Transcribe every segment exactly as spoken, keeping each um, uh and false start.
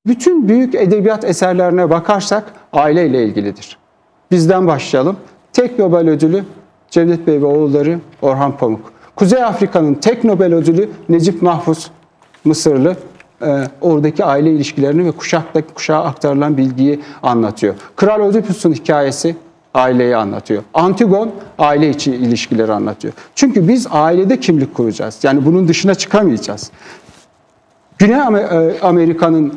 Bütün büyük edebiyat eserlerine bakarsak aileyle ilgilidir. Bizden başlayalım. Tek Nobel ödülü Cevdet Bey ve oğulları Orhan Pamuk. Kuzey Afrika'nın tek Nobel ödülü Necip Mahfuz, Mısırlı. Ee, oradaki aile ilişkilerini ve kuşaktaki kuşağa aktarılan bilgiyi anlatıyor. Kral Oedipus'un hikayesi aileyi anlatıyor. Antigon aile içi ilişkileri anlatıyor. Çünkü biz ailede kimlik kuracağız. Yani bunun dışına çıkamayacağız. Güney Amerika'nın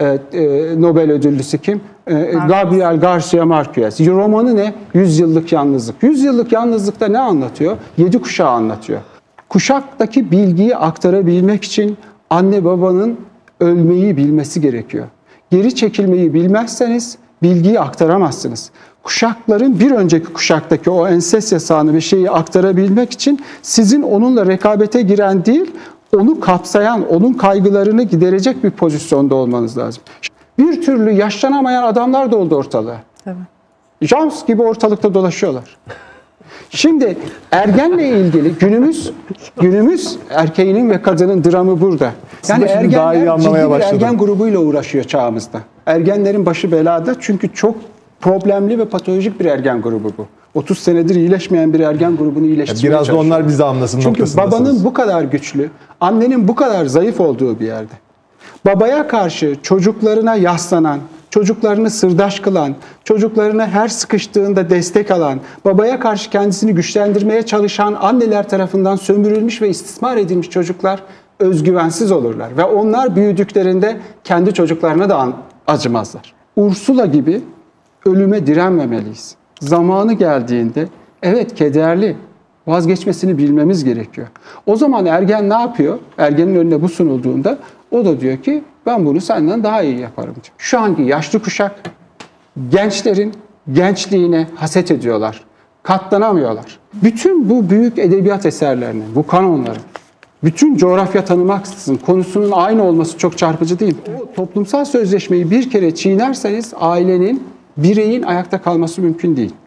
Nobel ödüllüsü kim? Gabriel Garcia Marquez. Romanı ne? Yüz yıllık yalnızlık. Yüz yıllık yalnızlıkta ne anlatıyor? Yedi kuşağı anlatıyor. Kuşaktaki bilgiyi aktarabilmek için anne babanın ölmeyi bilmesi gerekiyor. Geri çekilmeyi bilmezseniz bilgiyi aktaramazsınız. Kuşakların bir önceki kuşaktaki o ensest yasağını bir şeyi aktarabilmek için sizin onunla rekabete giren değil, onu kapsayan, onun kaygılarını giderecek bir pozisyonda olmanız lazım. Bir türlü yaşlanamayan adamlar da oldu ortalığa. Tabii. Jones gibi ortalıkta dolaşıyorlar. Şimdi ergenle ilgili günümüz günümüz erkeğinin ve kadının dramı burada. Yani ergenler ciddi bir ergen grubuyla uğraşıyor çağımızda. Ergenlerin başı belada çünkü çok problemli ve patolojik bir ergen grubu bu. otuz senedir iyileşmeyen bir ergen grubunu iyileştirmeye Biraz da onlar bizi anlasın noktasındasınız. Çünkü babanın bu kadar güçlü, annenin bu kadar zayıf olduğu bir yerde. Babaya karşı çocuklarına yaslanan, çocuklarını sırdaş kılan, çocuklarına her sıkıştığında destek alan, babaya karşı kendisini güçlendirmeye çalışan anneler tarafından sömürülmüş ve istismar edilmiş çocuklar özgüvensiz olurlar. Ve onlar büyüdüklerinde kendi çocuklarına da acımazlar. Ursula gibi ölüme direnmemeliyiz. Zamanı geldiğinde evet kederli, vazgeçmesini bilmemiz gerekiyor. O zaman ergen ne yapıyor? Ergenin önüne bu sunulduğunda o da diyor ki ben bunu senden daha iyi yaparım diyor. Şu anki yaşlı kuşak gençlerin gençliğine haset ediyorlar. Katlanamıyorlar. Bütün bu büyük edebiyat eserlerinin, bu kanonların, bütün coğrafya tanımaksızın konusunun aynı olması çok çarpıcı değil. O toplumsal sözleşmeyi bir kere çiğnerseniz ailenin, bireyin ayakta kalması mümkün değil.